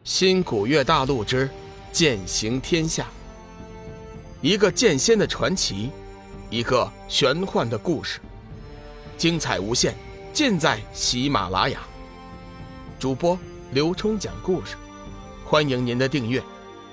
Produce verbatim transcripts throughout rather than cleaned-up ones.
新古月大陆之剑行天下，一个剑仙的传奇，一个玄幻的故事，精彩无限，尽在喜马拉雅。主播刘冲讲故事，欢迎您的订阅。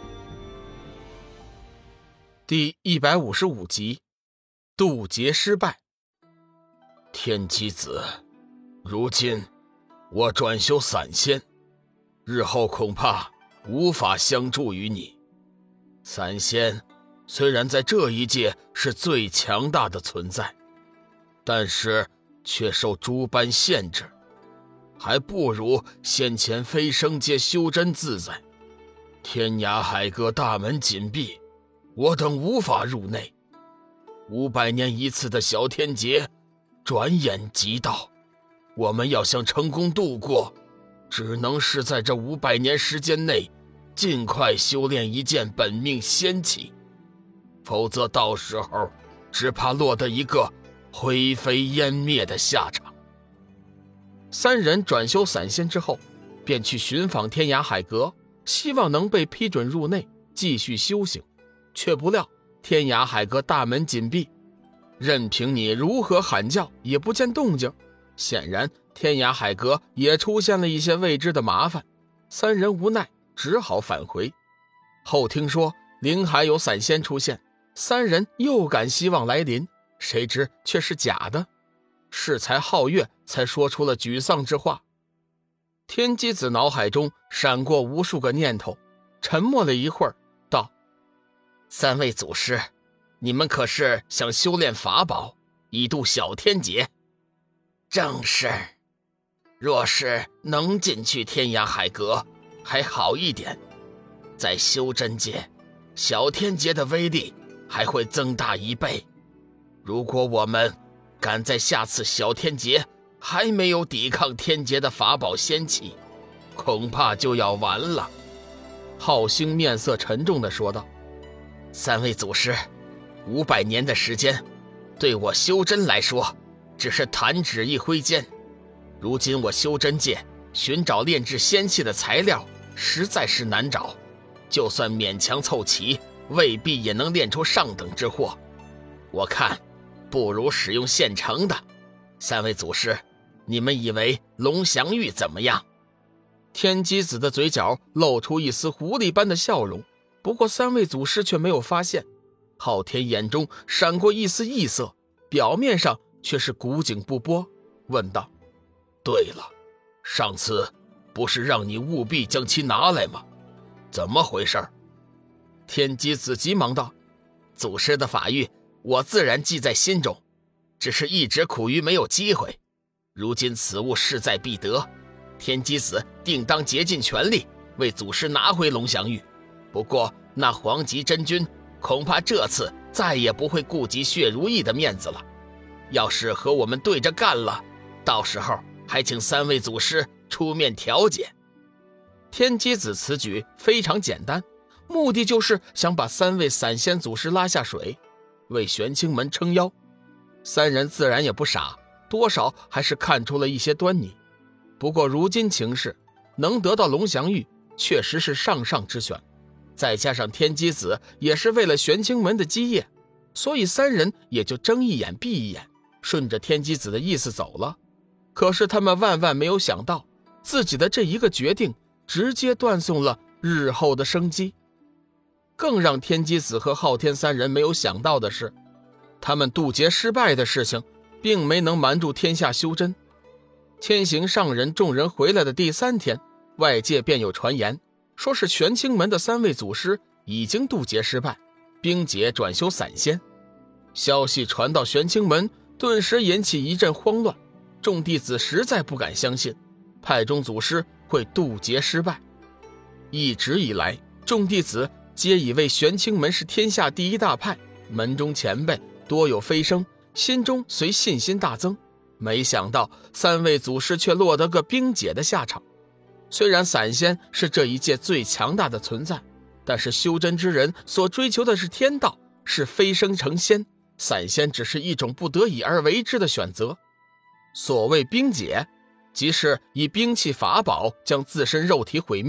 第一百五十五集，渡劫失败。 天机子，如今我转修散仙，日后恐怕无法相助于你。散仙虽然在这一界是最强大的存在，但是却受诸般限制，还不如先前飞升界修真自在。天涯海阁大门紧闭，我等无法入内。五百年一次的小天劫转眼即到，我们要想成功度过，只能是在这五百年时间内尽快修炼一件本命仙器，否则到时候只怕落得一个灰飞烟灭的下场。 三人转修散仙之后，便去寻访天涯海阁，希望能被批准入内继续修行，却不料天涯海阁大门紧闭，任凭你如何喊叫也不见动静。显然天涯海阁也出现了一些未知的麻烦，三人无奈只好返回。后听说灵海有散仙出现，三人又感希望来临，谁知却是假的。适才皓月才说出了沮丧之话。天机子脑海中闪过无数个念头，沉默了一会儿，道： 三位祖师，你们可是想修炼法宝以渡小天劫？正是，若是能进去天涯海阁还好一点，在修真界小天劫的威力还会增大一倍。如果我们赶在下次小天劫还没有抵抗天劫的法宝仙器，恐怕就要完了。 浩星面色沉重地说道： 三位祖师，五百年的时间对我修真来说只是弹指一挥间，如今我修真界寻找炼制仙器的材料实在是难找，就算勉强凑齐，未必也能炼出上等之货。我看不如使用现成的。三位祖师，你们以为龙翔玉怎么样？ 天机子的嘴角露出一丝狐狸般的笑容，不过三位祖师却没有发现。昊天眼中闪过一丝异色，表面上却是古井不波，问道： 对了，上次不是让你务必将其拿来吗？怎么回事？ 天机子急忙道： 祖师的法玉我自然记在心中，只是一直苦于没有机会。如今此物势在必得，天机子定当竭尽全力为祖师拿回龙翔玉。不过那黄极真君恐怕这次再也不会顾及血如意的面子了，要是和我们对着干了，到时候还请三位祖师出面调解。 天机子此举非常简单，目的就是想把三位散仙祖师拉下水，为玄清门撑腰。三人自然也不傻，多少还是看出了一些端倪。不过如今情势，能得到龙翔玉确实是上上之选，再加上天机子也是为了玄清门的基业，所以三人也就睁一眼闭一眼，顺着天机子的意思走了。可是他们万万没有想到，自己的这一个决定直接断送了日后的生机。更让天机子和昊天三人没有想到的是，他们渡劫失败的事情并没能瞒住天下修真。天行上人众人回来的第三天，外界便有传言，说是玄清门的三位祖师已经渡劫失败，冰解转修散仙。消息传到玄清门，顿时引起一阵慌乱，众弟子实在不敢相信派中祖师会渡劫失败。一直以来，众弟子皆以为玄清门是天下第一大派，门中前辈多有飞升，心中随信心大增。没想到三位祖师却落得个冰解的下场。虽然散仙是这一界最强大的存在，但是修真之人所追求的是天道，是飞升成仙，散仙只是一种不得已而为之的选择。所谓冰解，即是以兵器法宝将自身肉体毁灭，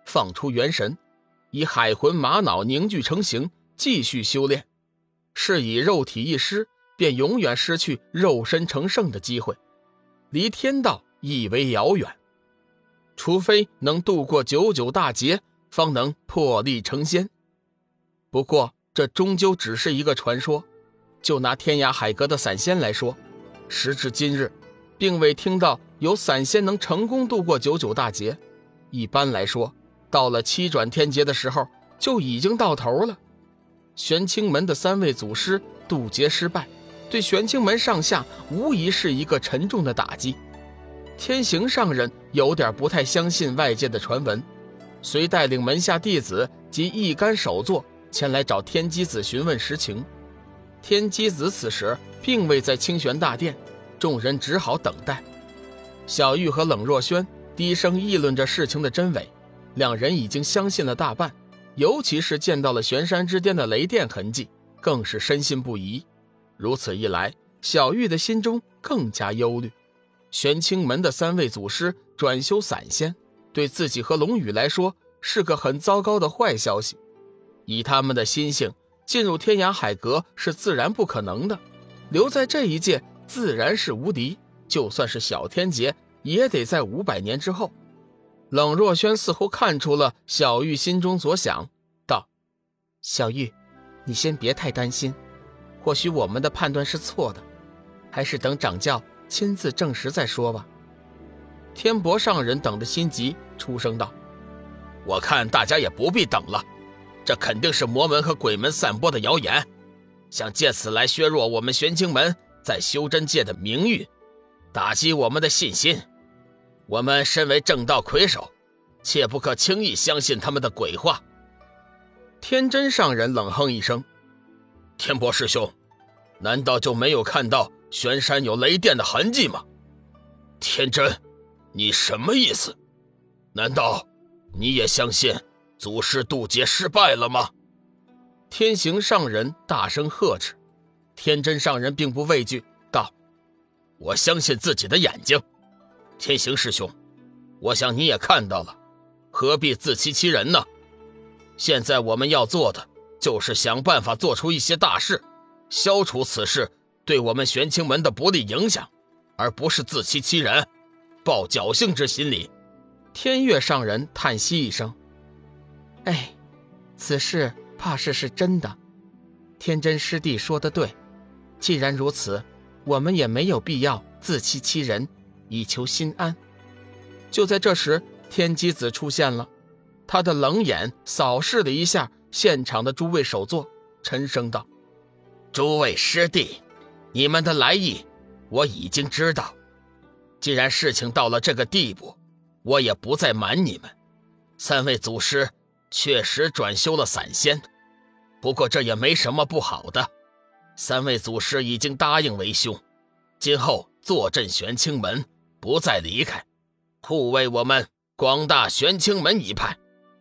放出元神，以海魂玛瑙凝聚成形，继续修炼。是以肉体一失，便永远失去肉身成圣的机会，离天道亦为遥远。除非能度过九九大劫，方能破例成仙。不过这终究只是一个传说。就拿天涯海阁的散仙来说，时至今日并未听到有散仙能成功度过九九大劫。一般来说，到了七转天劫的时候就已经到头了。玄清门的三位祖师渡劫失败，对玄清门上下无疑是一个沉重的打击。天行上人有点不太相信外界的传闻，遂带领门下弟子及一干首座前来找天机子询问实情。天机子此时并未在清玄大殿，众人只好等待。小玉和冷若萱低声议论着事情的真伪，两人已经相信了大半，尤其是见到了玄山之巅的雷电痕迹，更是深信不疑。如此一来，小玉的心中更加忧虑。玄清门的三位祖师转修散仙，对自己和龙宇来说是个很糟糕的坏消息。以他们的心性，进入天涯海阁是自然不可能的，留在这一界自然是无敌，就算是小天劫也得在五百年之后。冷若萱似乎看出了小玉心中所想，道：小玉，你先别太担心，或许我们的判断是错的，还是等掌教亲自证实再说吧。天博上人等得心急，出声道： 我看大家也不必等了，这肯定是魔门和鬼门散播的谣言，想借此来削弱我们玄清门在修真界的名誉，打击我们的信心。我们身为正道魁首，切不可轻易相信他们的鬼话。 天真上人冷哼一声： 天博师兄，难道就没有看到玄山有雷电的痕迹吗？天真，你什么意思？难道你也相信祖师渡劫失败了吗？ 天行上人大声呵斥。天真上人并不畏惧，道： 我相信自己的眼睛。天行师兄，我想你也看到了，何必自欺欺人呢？现在我们要做的就是想办法做出一些大事，消除此事对我们玄清门的不利影响，而不是自欺欺人，抱侥幸之心理。 天月上人叹息一声：哎，此事怕是是真的。天真师弟说得对，既然如此，我们也没有必要自欺欺人，以求心安。就在这时，天机子出现了，他的冷眼扫视了一下现场的诸位首座，沉声道： 诸位师弟，你们的来意我已经知道，既然事情到了这个地步，我也不再瞒你们。三位祖师确实转修了散仙，不过这也没什么不好的。三位祖师已经答应为兄，今后坐镇玄清门，不再离开，护卫我们广大玄清门一派。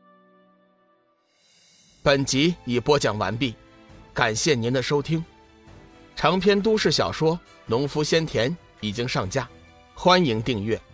本集已播讲完毕，感谢您的收听。长篇都市小说《农夫先田》已经上架，欢迎订阅。